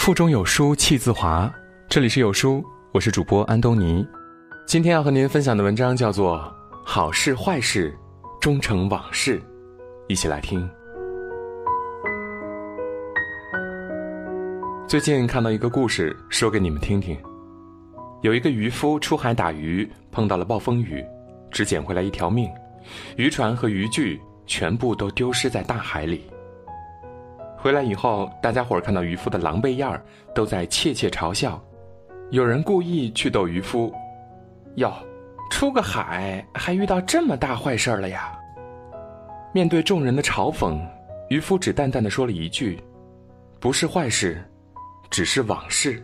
腹中有书气自华，这里是有书，我是主播安东尼。今天要和您分享的文章叫做好事坏事终成往事，一起来听。最近看到一个故事，说给你们听听。有一个渔夫出海打鱼，碰到了暴风雨，只捡回来一条命，渔船和渔具全部都丢失在大海里。回来以后，大家伙看到渔夫的狼狈样儿，都在窃窃嘲笑。有人故意去逗渔夫：哟，出个海还遇到这么大坏事了呀。面对众人的嘲讽，渔夫只淡淡地说了一句：不是坏事，只是往事。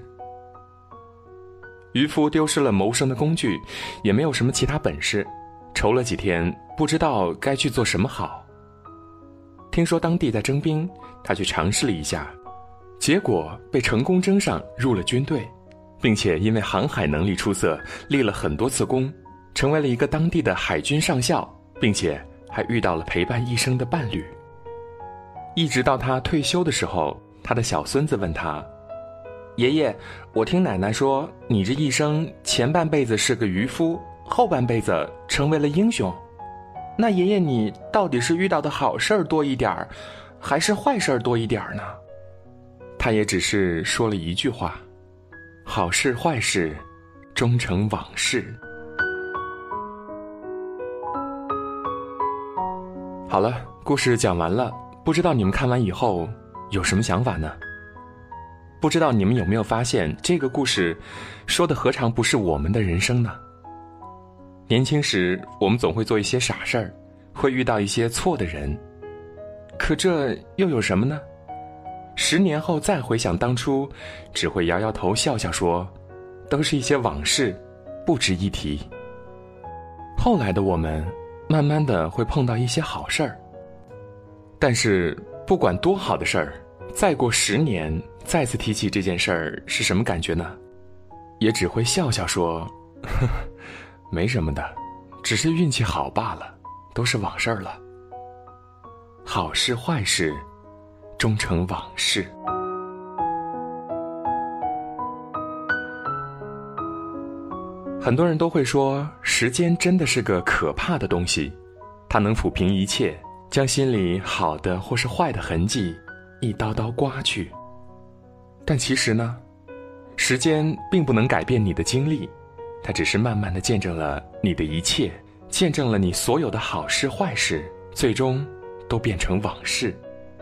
渔夫丢失了谋生的工具，也没有什么其他本事，愁了几天，不知道该去做什么好。听说当地在征兵，他去尝试了一下，结果被成功征上入了军队，并且因为航海能力出色，立了很多次功，成为了一个当地的海军上校，并且还遇到了陪伴一生的伴侣。一直到他退休的时候，他的小孙子问他：爷爷，我听奶奶说，你这一生前半辈子是个渔夫，后半辈子成为了英雄。那爷爷你到底是遇到的好事儿多一点，还是坏事儿多一点呢？他也只是说了一句话：好事坏事终成往事。好了，故事讲完了，不知道你们看完以后有什么想法呢？不知道你们有没有发现，这个故事说的何尝不是我们的人生呢？年轻时我们总会做一些傻事儿，会遇到一些错的人，可这又有什么呢？10年后再回想当初，只会摇摇头笑笑说，都是一些往事，不值一提。后来的我们慢慢的会碰到一些好事儿，但是不管多好的事儿，再过10年再次提起这件事儿，是什么感觉呢？也只会笑笑说，呵呵，没什么的，只是运气好罢了，都是往事儿了。好事坏事终成往事。很多人都会说，时间真的是个可怕的东西，它能抚平一切，将心里好的或是坏的痕迹一刀刀刮去。但其实呢，时间并不能改变你的经历，它只是慢慢地见证了你的一切，见证了你所有的好事坏事，最终都变成往事。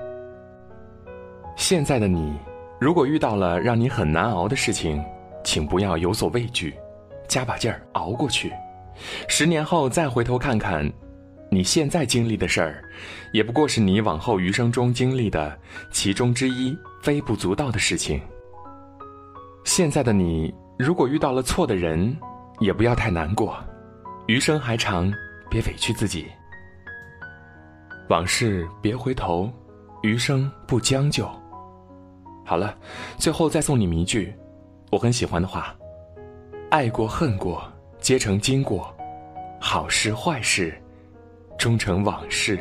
现在的你，如果遇到了让你很难熬的事情，请不要有所畏惧，加把劲儿熬过去。10年后再回头看看，你现在经历的事儿，也不过是你往后余生中经历的其中之一，微不足道的事情。现在的你，如果遇到了错的人，也不要太难过，余生还长，别委屈自己。往事别回头，余生不将就。好了，最后再送你们一句我很喜欢的话：爱过恨过皆成经过，好事坏事终成往事。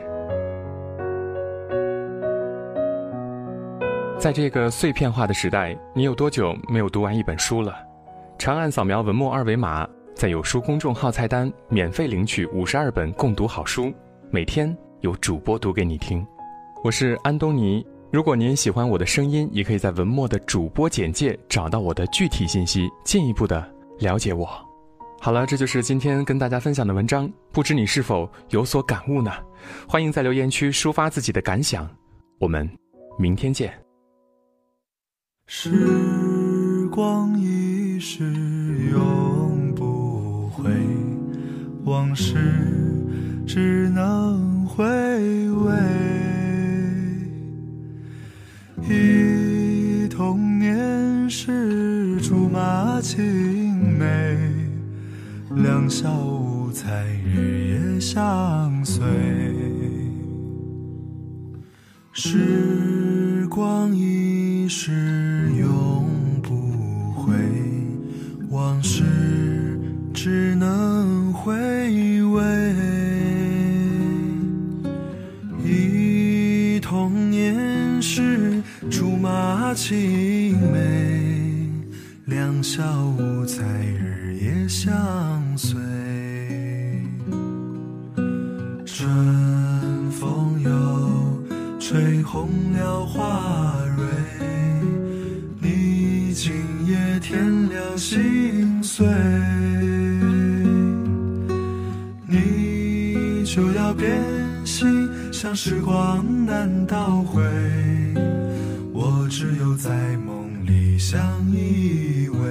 在这个碎片化的时代，你有多久没有读完一本书了？长按扫描文末二维码，在有书公众号菜单免费领取52本共读好书，每天有主播读给你听。我是安东尼，如果您喜欢我的声音，也可以在文末的主播简介找到我的具体信息，进一步的了解我。好了，这就是今天跟大家分享的文章，不知你是否有所感悟呢？欢迎在留言区抒发自己的感想，我们明天见。 时光一逝永不回，往事只能回味。忆童年时竹马青梅，两小无猜日夜相随。时光一逝永不回，往事只能回味。忆童年时竹马青梅，两小无猜，日夜相随。春风又吹红了花蕊，你今夜添了心碎，你就要变心，像时光难倒回，我只有在梦里相依偎。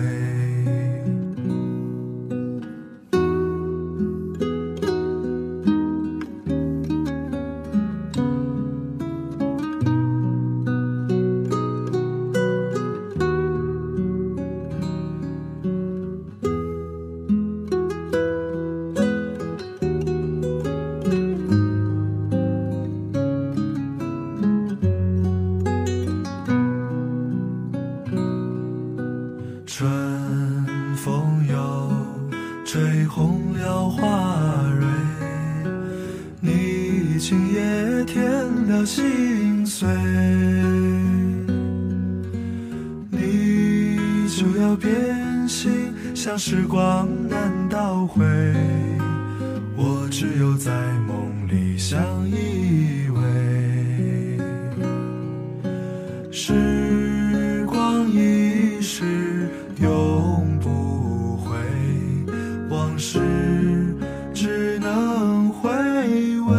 春风又吹红了花蕊，你今夜添了心碎，你就要变心，像时光难倒回，我只有在梦里相依偎。时光一逝永不回，往事只能回味。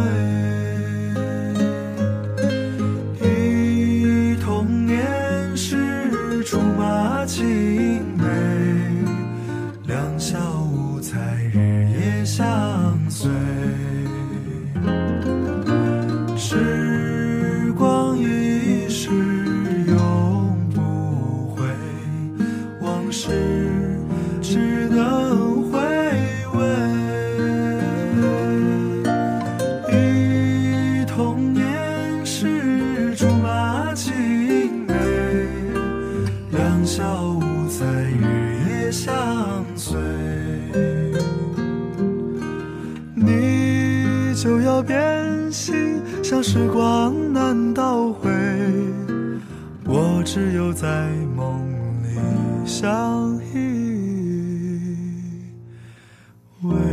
忆童年时竹马青梅，两小无猜，日夜相随。时光一逝永不回，往事只能回味。忆童年时竹马青梅，两小无猜，日夜相随。你就要变心，像时光难倒回，我只有在梦里相依偎。